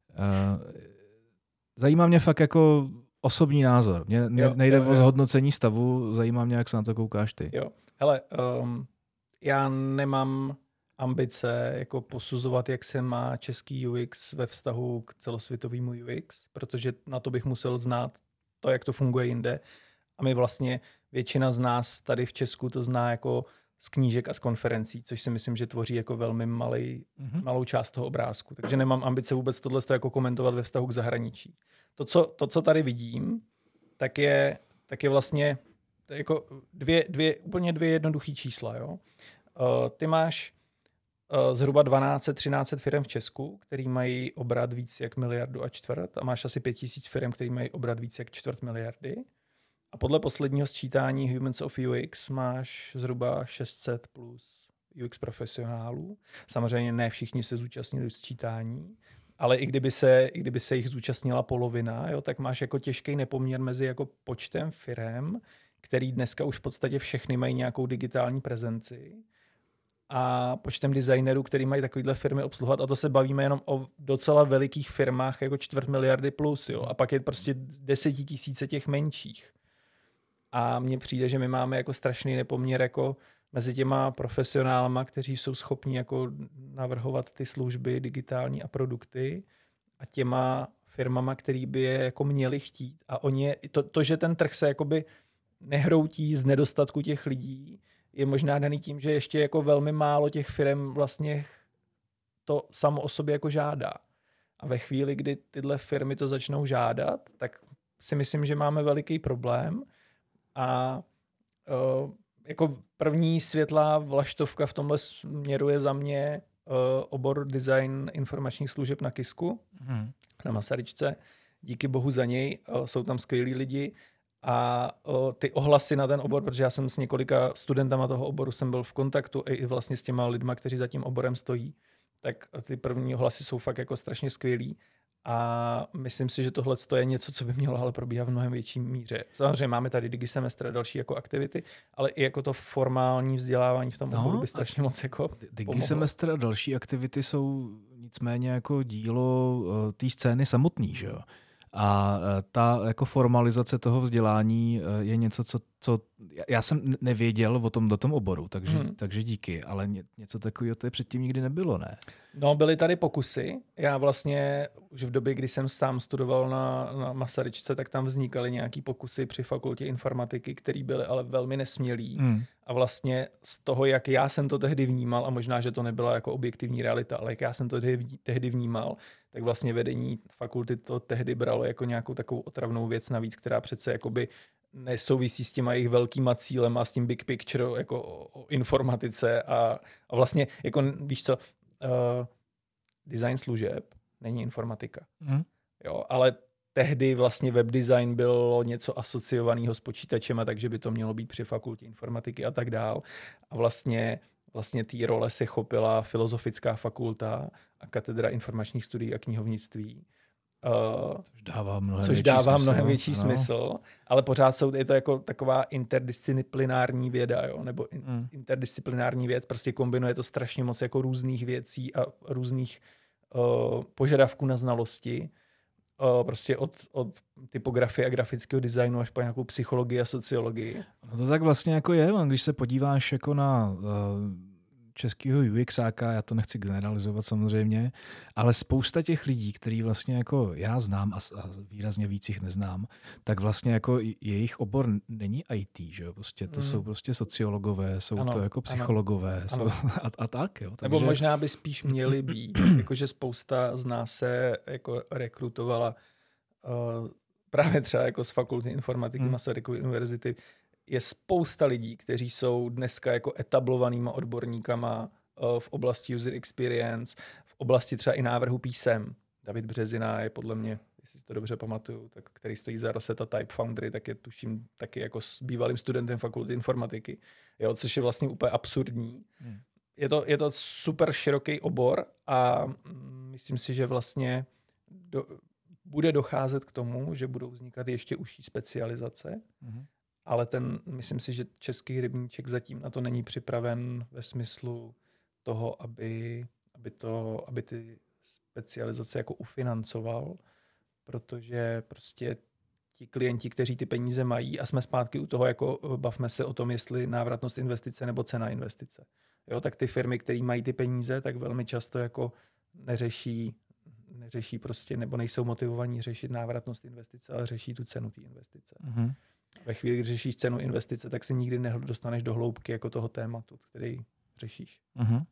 Zajímá mě fakt jako osobní názor. Mně nejde o zhodnocení stavu, zajímá mě, jak se na to koukáš ty. Jo. Hele, já nemám ambice jako posuzovat, jak se má český UX ve vztahu k celosvětovému UX, protože na to bych musel znát to, jak to funguje jinde. A my vlastně, většina z nás tady v Česku to zná jako z knížek a z konferencí, což si myslím, že tvoří jako velmi malou část toho obrázku. Takže nemám ambice vůbec tohle jako komentovat ve vztahu k zahraničí. To, co tady vidím, tak je vlastně jako úplně dvě jednoduchý čísla. Jo? Ty máš zhruba 1200-1300 firm v Česku, který mají obrat víc jak 1,25 miliardy a máš asi 5000 firm, který mají obrat víc jak 250 milionů. A podle posledního sčítání Humans of UX máš zhruba 600 plus UX profesionálů. Samozřejmě ne všichni se zúčastnili sčítání, ale i kdyby se jich zúčastnila polovina, jo, tak máš jako těžký nepoměr mezi jako počtem firem, který dneska už v podstatě všechny mají nějakou digitální prezenci, a počtem designerů, který mají takovýhle firmy obsluhovat. A to se bavíme jenom o docela velikých firmách, jako 250 miliardy plus. Jo? A pak je prostě 10 000 těch menších. A mně přijde, že my máme jako strašný nepoměr jako mezi těma profesionálama, kteří jsou schopni jako navrhovat ty služby digitální a produkty, a těma firmama, který by je jako měli chtít. A oni to, že ten trh se jakoby nehroutí z nedostatku těch lidí, je možná daný tím, že ještě jako velmi málo těch firm vlastně to samo o sobě jako žádá. A ve chvíli, kdy tyhle firmy to začnou žádat, tak si myslím, že máme veliký problém. A jako první světlá vlaštovka v tomhle směru je za mě obor design informačních služeb na KISku, na Masaryčce. Díky bohu za něj, jsou tam skvělí lidi. A ty ohlasy na ten obor, protože já jsem s několika studentama toho oboru jsem byl v kontaktu i vlastně s těma lidma, kteří za tím oborem stojí, tak ty první ohlasy jsou fakt jako strašně skvělý. A myslím si, že tohle je něco, co by mělo ale probíhat v mnohem větší míře. Samozřejmě máme tady DigiSemestr a další jako aktivity, ale i jako to formální vzdělávání v tom oboru by strašně moc jako DigiSemestr a další aktivity jsou nicméně jako dílo té scény samotný, že jo? A ta jako formalizace toho vzdělání je něco, co já jsem nevěděl o tom do tom oboru, takže díky, ale něco takového to předtím nikdy nebylo, ne? No, byly tady pokusy. Já vlastně už v době, kdy jsem tam studoval na Masaryčce, tak tam vznikaly nějaký pokusy při fakultě informatiky, které byly ale velmi nesmělý. A vlastně z toho, jak já jsem to tehdy vnímal, a možná, že to nebyla jako objektivní realita, ale jak já jsem to tehdy vnímal, tak vlastně vedení fakulty to tehdy bralo jako nějakou takovou otravnou věc navíc, která přece jakoby nesouvisí s těma jejich velkýma cílema, s tím big picture jako o informatice a vlastně jako víš co, design služeb není informatika. Jo, ale tehdy vlastně webdesign bylo něco asociovaného s počítačem, a takže by to mělo být při fakultě informatiky a tak dál. A vlastně té role se chopila Filozofická fakulta a katedra informačních studií a knihovnictví. Což dává mnohem větší smysl, ale pořád je to jako taková interdisciplinární věda, jo? Nebo interdisciplinární věc, prostě kombinuje to strašně moc jako různých věcí a různých požadavků na znalosti, prostě od typografie a grafického designu až po nějakou psychologii a sociologii. No to tak vlastně jako je, když se podíváš jako na českého UXáka, já to nechci generalizovat samozřejmě, ale spousta těch lidí, který vlastně jako já znám a výrazně víc jich neznám, tak vlastně jako jejich obor není IT, že jo? Prostě to jsou prostě sociologové, jsou to jako psychologové a tak. Jo? Nebo možná by spíš měli být, jakože spousta z nás se jako rekrutovala právě třeba jako z fakulty informatiky Masarykovy univerzity. Je spousta lidí, kteří jsou dneska jako etablovanýma odborníkama v oblasti user experience, v oblasti třeba i návrhu písem. David Březina je podle mě, jestli si to dobře pamatuju, tak, který stojí za Rosetta Type Foundry, tak je tuším taky jako s bývalým studentem fakulty informatiky, jo, což je vlastně úplně absurdní. Je to super široký obor a myslím si, že vlastně bude docházet k tomu, že budou vznikat ještě užší specializace, ale myslím si, že český rybníček zatím na to není připraven ve smyslu toho, aby ty specializace jako ufinancoval, protože prostě ti klienti, kteří ty peníze mají, a jsme zpátky u toho, jako bavme se o tom, jestli návratnost investice nebo cena investice. Jo, tak ty firmy, které mají ty peníze, tak velmi často jako neřeší prostě, nebo nejsou motivovaní řešit návratnost investice, ale řeší tu cenu té investice. Ve chvíli, kdy řešíš cenu investice, tak se nikdy nedostaneš do hloubky jako toho tématu, který řešíš.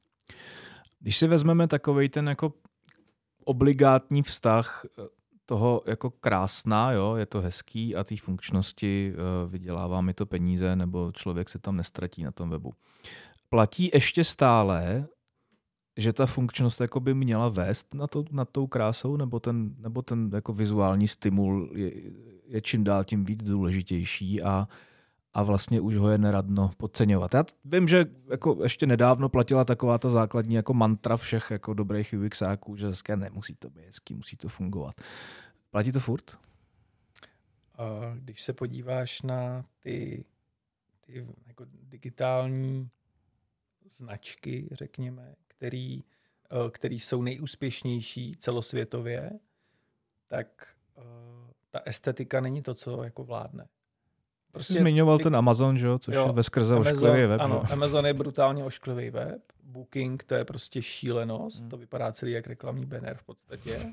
Když si vezmeme takovej ten jako obligátní vztah toho jako krásná, jo, je to hezký a té funkčnosti vydělává mi to peníze, nebo člověk se tam nestratí na tom webu. Platí ještě stále, že ta funkčnost jako by měla vést nad tou krásou, nebo ten jako vizuální stimul je čím dál tím víc důležitější a vlastně už ho je neradno podceňovat. Já vím, že jako ještě nedávno platila taková ta základní jako mantra všech jako dobrých UXáků, že hezké nemusí to být hezký, musí to fungovat. Platí to furt? Když se podíváš na ty jako digitální značky, řekněme, který jsou nejúspěšnější celosvětově, tak ta estetika není to, co jako vládne. Prostě zmiňoval ten Amazon, že? Což je veskrze ošklivý web. Ano, že? Amazon je brutálně ošklivý web. Booking, to je prostě šílenost. To vypadá celý jak reklamní banner v podstatě.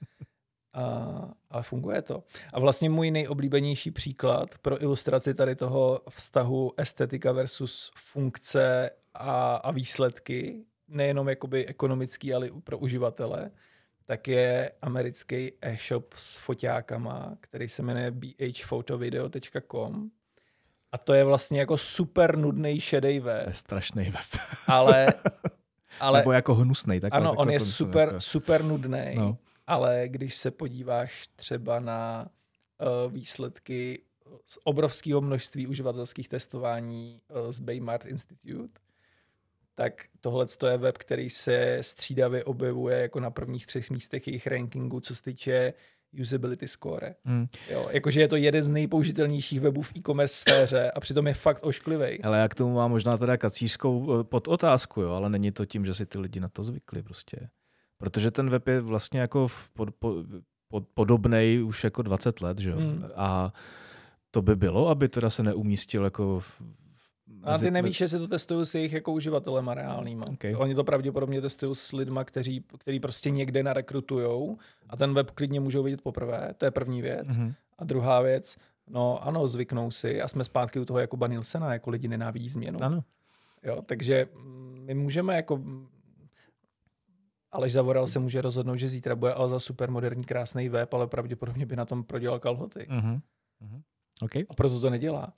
Ale funguje to. A vlastně můj nejoblíbenější příklad pro ilustraci tady toho vztahu estetika versus funkce a výsledky, nejenom jakoby ekonomický, ale i pro uživatele, tak je americký e-shop s foťákama, který se jmenuje bhphotovideo.com. A to je vlastně jako super nudný šedej web. To je strašný web. Ale nebo jako hnusnej. Ano, on je super nudný. No. Ale když se podíváš třeba na výsledky z obrovského množství uživatelských testování z Baymard Institute, tak tohle je web, který se střídavě objevuje jako na prvních 3 místech jejich rankingu, co se týče usability score. Jo, jakože je to jeden z nejpoužitelnějších webů v e-commerce sféře a přitom je fakt ošklivej. Ale já k tomu mám možná teda kacířskou podotázku, jo, ale není to tím, že si ty lidi na to zvykli prostě. Protože ten web je vlastně jako podobnej už jako 20 let, že jo. A to by bylo, aby teda se neumístil jako a ty nevíš, jestli to testují s jejich jako uživatelema reálnýma. Okay. Oni to pravděpodobně testují s lidma, který prostě někde narekrutujou a ten web klidně můžou vidět poprvé. To je první věc. A druhá věc, no ano, zvyknou si a jsme zpátky u toho jako Nielsena, jako lidi nenávidí změnu. Ano. Jo, takže my můžeme jako Aleš Zavoral se může rozhodnout, že zítra bude ale za super moderní, krásný web, ale pravděpodobně by na tom prodělal kalhoty. Okay. A proto to nedělá.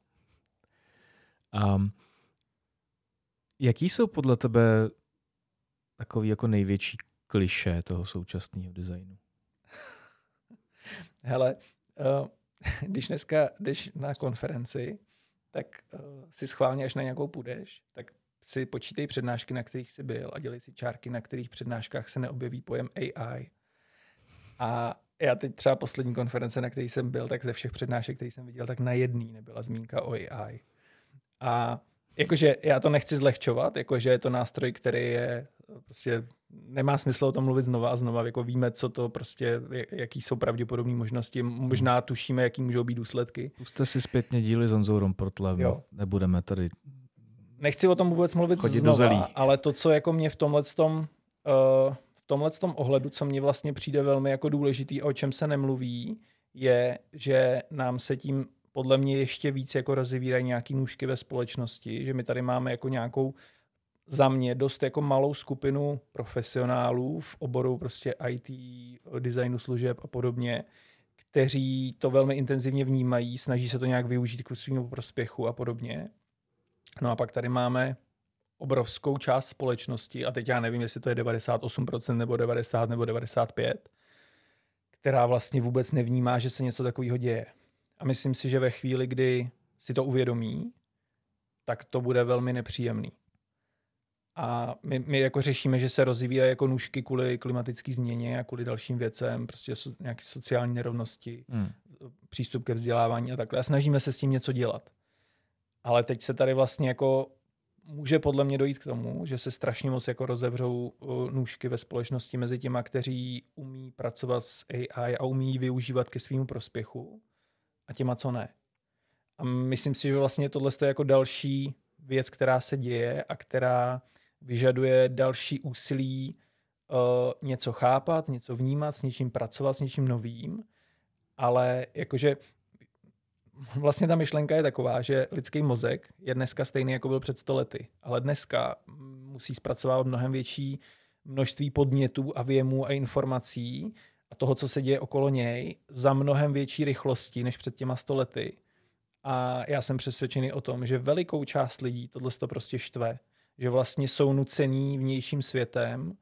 Jaký jsou podle tebe takový jako největší klišé toho současného designu? Hele, když dneska jdeš na konferenci, tak si schválně, až na nějakou půjdeš, tak si počítej přednášky, na kterých jsi byl a dělej si čárky, na kterých přednáškách se neobjeví pojem AI. A já teď třeba poslední konference, na který jsem byl, tak ze všech přednášek, který jsem viděl, tak na jedný nebyla zmínka o AI. A jakože já to nechci zlehčovat, jakože je to nástroj, který je prostě nemá smysl o tom mluvit znova a znova, jako víme, co to prostě, jaký jsou pravděpodobné možnosti, možná tušíme, jaký můžou být důsledky. Puste si zpětně díly s Honzou Romportlem, nebudeme tady nechci o tom vůbec mluvit znova, ale to, co jako mě v tomhletom ohledu, co mně vlastně přijde velmi jako důležitý a o čem se nemluví, je, že nám se tím podle mě ještě víc jako rozevírají nějaký nůžky ve společnosti, že my tady máme jako nějakou za mě dost jako malou skupinu profesionálů v oboru prostě IT, designu služeb a podobně, kteří to velmi intenzivně vnímají, snaží se to nějak využít k svému prospěchu a podobně. No a pak tady máme obrovskou část společnosti, a teď já nevím, jestli to je 98% nebo 90 nebo 95%, která vlastně vůbec nevnímá, že se něco takového děje. A myslím si, že ve chvíli, kdy si to uvědomí, tak to bude velmi nepříjemný. A my jako řešíme, že se rozvírají jako nůžky kvůli klimatické změně a kvůli dalším věcem, prostě nějaké sociální nerovnosti, přístup ke vzdělávání a takhle. A snažíme se s tím něco dělat. Ale teď se tady vlastně jako může podle mě dojít k tomu, že se strašně moc jako rozevřou nůžky ve společnosti mezi těma, kteří umí pracovat s AI a umí ji využívat ke svému prospěchu a těma, co ne. A myslím si, že vlastně tohle je jako další věc, která se děje a která vyžaduje další úsilí něco chápat, něco vnímat, s něčím pracovat, s něčím novým, ale jakože vlastně ta myšlenka je taková, že lidský mozek je dneska stejný, jako byl před 100 lety, ale dneska musí zpracovávat mnohem větší množství podnětů a věmů a informací a toho, co se děje okolo něj, za mnohem větší rychlosti než před těma 100 lety. A já jsem přesvědčený o tom, že velikou část lidí tohle to prostě štve, že vlastně jsou nucení vnějším světem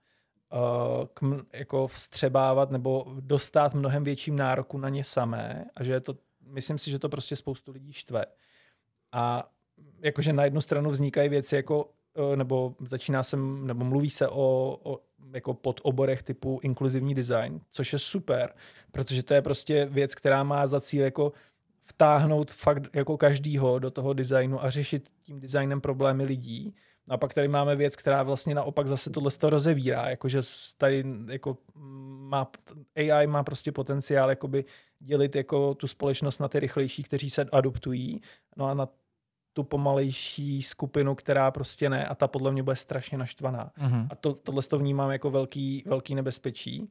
jako vstřebávat nebo dostat mnohem větším nároku na ně samé a že je to myslím si, že to prostě spoustu lidí štve. A jakože na jednu stranu vznikají věci jako, nebo mluví se o jako podoborech typu inkluzivní design, což je super, protože to je prostě věc, která má za cíl jako vtáhnout fakt jako každýho do toho designu a řešit tím designem problémy lidí. A pak tady máme věc, která vlastně naopak zase tohle to rozevírá, jakože tady jako AI má prostě potenciál jakoby dělit jako tu společnost na ty rychlejší, kteří se adoptují, no a na tu pomalejší skupinu, která prostě ne, a ta podle mě bude strašně naštvaná. Uh-huh. A tohle to vnímám jako velký nebezpečí,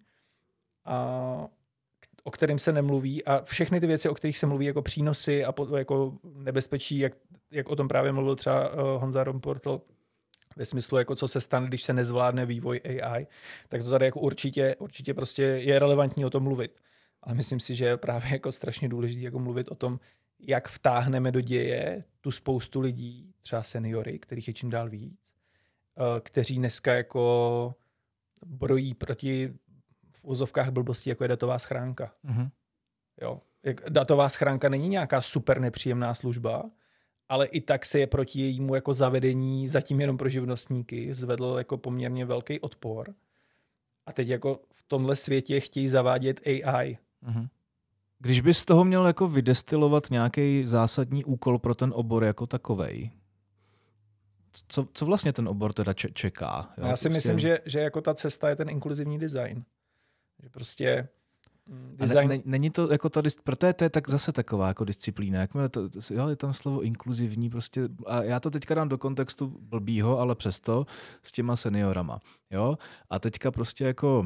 o kterým se nemluví, a všechny ty věci, o kterých se mluví, jako přínosy a jako nebezpečí, jak o tom právě mluvil třeba Honza Romportl, ve smyslu, jako co se stane, když se nezvládne vývoj AI, tak to tady jako určitě prostě je relevantní o tom mluvit. Ale myslím si, že je právě jako strašně důležité jako mluvit o tom, jak vtáhneme do děje tu spoustu lidí, třeba seniory, kterých je čím dál víc, kteří dneska jako brojí proti v úzovkách blbosti, jako je datová schránka. Mm-hmm. Jo. Datová schránka není nějaká super nepříjemná služba, ale i tak se je proti jejímu jako zavedení zatím jenom pro živnostníky zvedl jako poměrně velký odpor. A teď jako v tomhle světě chtějí zavádět AI. Mm-hmm. Když bys z toho měl jako vydestilovat nějaký zásadní úkol pro ten obor jako takovej, co vlastně ten obor teda čeká? Jo? Já si myslím, že jako ta cesta je ten inkluzivní design. Že prostě design... Není to jako ta protože to je tak zase taková jako disciplína. Jakmile je tam slovo inkluzivní prostě, a já to teďka dám do kontextu blbýho, ale přesto s těma seniorama. Jo? A teďka prostě jako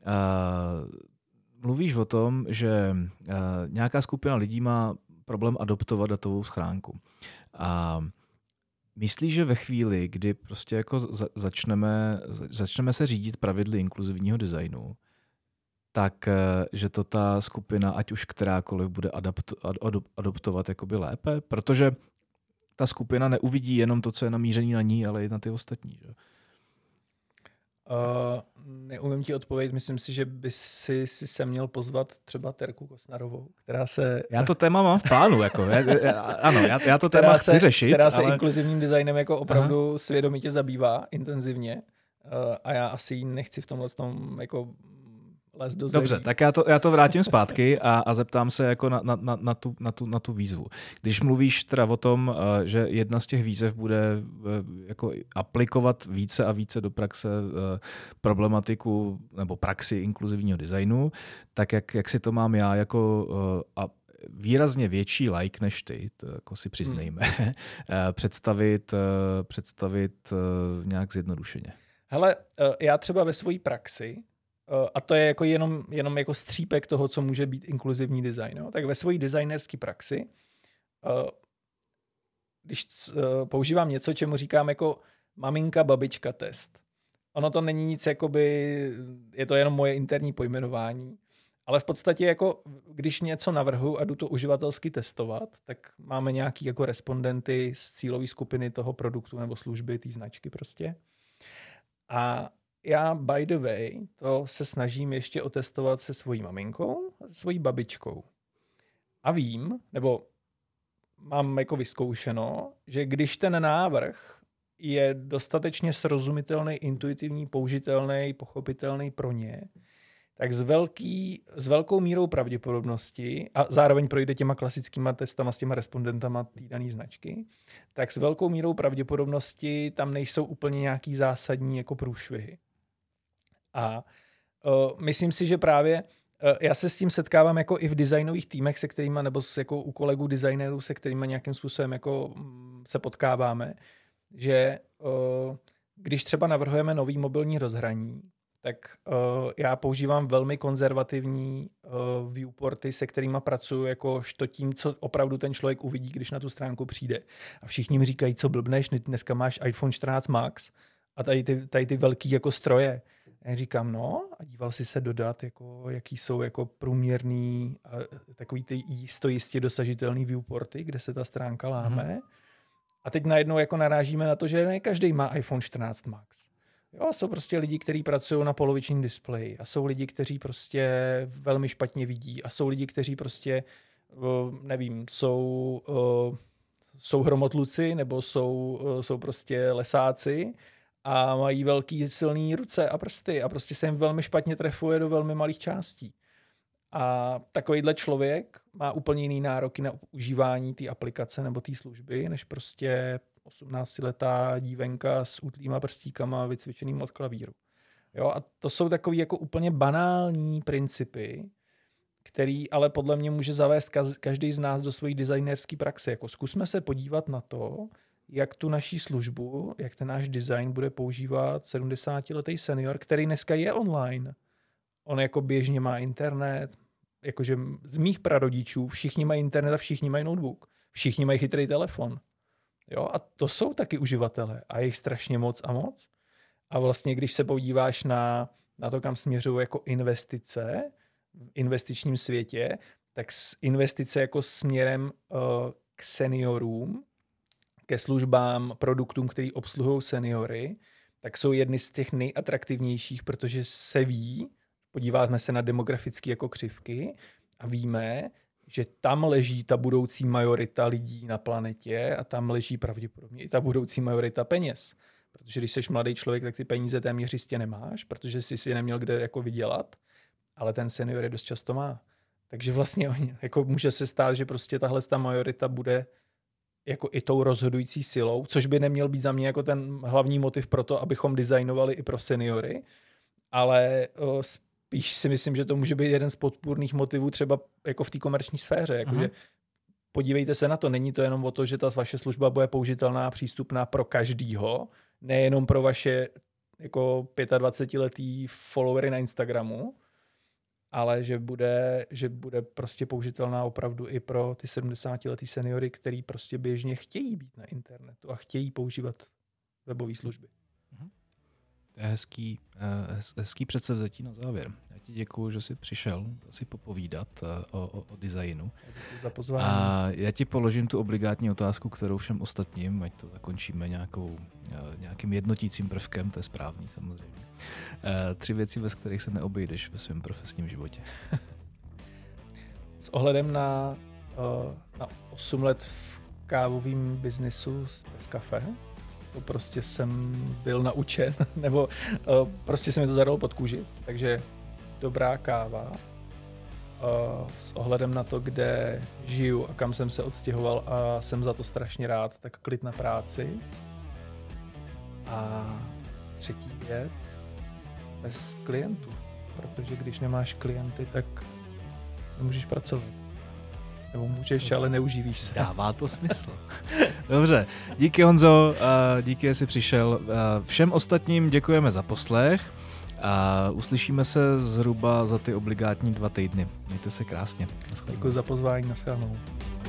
mluvíš o tom, že nějaká skupina lidí má problém adoptovat datovou schránku. A myslíš, že ve chvíli, kdy prostě jako začneme se řídit pravidly inkluzivního designu, tak že to ta skupina, ať už kterákoliv, bude adoptovat jakoby lépe? Protože ta skupina neuvidí jenom to, co je namířený na ní, ale i na ty ostatní. Že? Neumím ti odpovědět, myslím si, že by si se měl pozvat třeba Terku Kosnarovou, která se... Já to téma mám v plánu, jako. Já to téma chci řešit. Která se inkluzivním designem jako opravdu svědomitě zabývá intenzivně, a já asi jí nechci v tomhle tom jako les do zemí. Dobře, tak já to vrátím zpátky a zeptám se jako na tu výzvu. Když mluvíš teda o tom, že jedna z těch výzev bude jako aplikovat více a více do praxe problematiku nebo praxi inkluzivního designu, tak jak si to mám já jako výrazně větší like než ty, to jako si přiznejme, představit nějak zjednodušeně. Hele, já třeba ve své praxi, a to je jako jenom jako střípek toho, co může být inkluzivní design. Jo? Tak ve své designerské praxi, když používám něco, čemu říkám jako maminka, babička test. Ono to není nic, jakoby, je to jenom moje interní pojmenování, ale v podstatě jako, když něco navrhu a jdu to uživatelsky testovat, tak máme nějaký jako respondenty z cílové skupiny toho produktu nebo služby, té značky prostě. A já, by the way, to se snažím ještě otestovat se svojí maminkou a se svojí babičkou. A vím, nebo mám jako vyzkoušeno, že když ten návrh je dostatečně srozumitelný, intuitivní, použitelný, pochopitelný pro ně, tak s velkou mírou pravděpodobnosti, a zároveň projde těma klasickýma testama s těma respondentama té dané značky, tak s velkou mírou pravděpodobnosti tam nejsou úplně nějaký zásadní jako průšvihy. A myslím si, že právě já se s tím setkávám jako i v designových týmech, se kterýma, nebo jako u kolegů designérů, se kterýma nějakým způsobem jako se potkáváme, že když třeba navrhujeme nový mobilní rozhraní, tak já používám velmi konzervativní viewporty, se kterýma pracuji jakožto tím, co opravdu ten člověk uvidí, když na tu stránku přijde. A všichni mi říkají, co blbneš, dneska máš iPhone 14 Max a tady ty velký jako stroje. Já říkám, no, a díval si se dodat, jako, jaký jsou jako průměrný, takový ty jistě dosažitelný viewporty, kde se ta stránka láme. A teď najednou jako narážíme na to, že ne každý má iPhone 14 Max. Jo, a jsou prostě lidi, kteří pracují na polovičním displeji, a jsou lidi, kteří prostě velmi špatně vidí, a jsou lidi, kteří prostě nevím, jsou hromotluci nebo jsou prostě lesáci a mají velký silný ruce a prsty a prostě se jim velmi špatně trefuje do velmi malých částí. A takovýhle člověk má úplně jiný nároky na užívání té aplikace nebo té služby, než prostě 18letá dívenka s útlýma prstíkama vycvičeným od klavíru. Jo, a to jsou takový jako úplně banální principy, který ale podle mě může zavést každý z nás do své designerské praxe. Jako zkusme se podívat na to, jak tu naší službu, jak ten náš design bude používat 70letý senior, který dneska je online. On jako běžně má internet, jakože z mých prarodičů všichni mají internet a všichni mají notebook. Všichni mají chytrý telefon. Jo, a to jsou taky uživatelé a je jich strašně moc a moc. A vlastně, když se podíváš na to, kam směřují jako investice v investičním světě, tak investice jako směrem k seniorům, ke službám, produktům, který obsluhují seniory, tak jsou jedny z těch nejatraktivnějších, protože se ví, podíváme se na demografické jako křivky a víme, že tam leží ta budoucí majorita lidí na planetě a tam leží pravděpodobně i ta budoucí majorita peněz. Protože když jsi mladý člověk, tak ty peníze téměř jistě nemáš, protože jsi si neměl kde jako vydělat, ale ten senior je dost často má. Takže vlastně jako může se stát, že prostě tahle ta majorita bude jako i tou rozhodující silou, což by neměl být za mě jako ten hlavní motiv pro to, abychom designovali i pro seniory, ale spíš si myslím, že to může být jeden z podpůrných motivů třeba jako v té komerční sféře. Jakože podívejte se na to, není to jenom o to, že ta vaše služba bude použitelná a přístupná pro každýho, nejenom pro vaše jako 25letý followery na Instagramu, ale že bude prostě použitelná opravdu i pro ty 70letý seniory, který prostě běžně chtějí být na internetu a chtějí používat webové služby. To je hezký předsevzetí na závěr. Já ti děkuju, že jsi přišel si popovídat o designu. Děkuji za pozvání. A já ti položím tu obligátní otázku, kterou všem ostatním, ať to zakončíme nějakým jednotícím prvkem, to je správný samozřejmě. 3 věci, bez kterých se neobejdeš ve svém profesním životě. S ohledem na 8 let v kávovém biznisu bez kafe, to prostě jsem byl naučen, nebo prostě se mi to zadalo pod kůži. Takže dobrá káva. S ohledem na to, kde žiju a kam jsem se odstěhoval a jsem za to strašně rád, tak klid na práci. A 3. věc, bez klientů. Protože když nemáš klienty, tak nemůžeš pracovat. Nebo můžeš, ale neuživíš se. Dává to smysl. Dobře, díky Honzo, díky, že jsi přišel. Všem ostatním děkujeme za poslech a uslyšíme se zhruba za ty obligátní 2 týdny. Mějte se krásně. Děkuji za pozvání, nashledanou.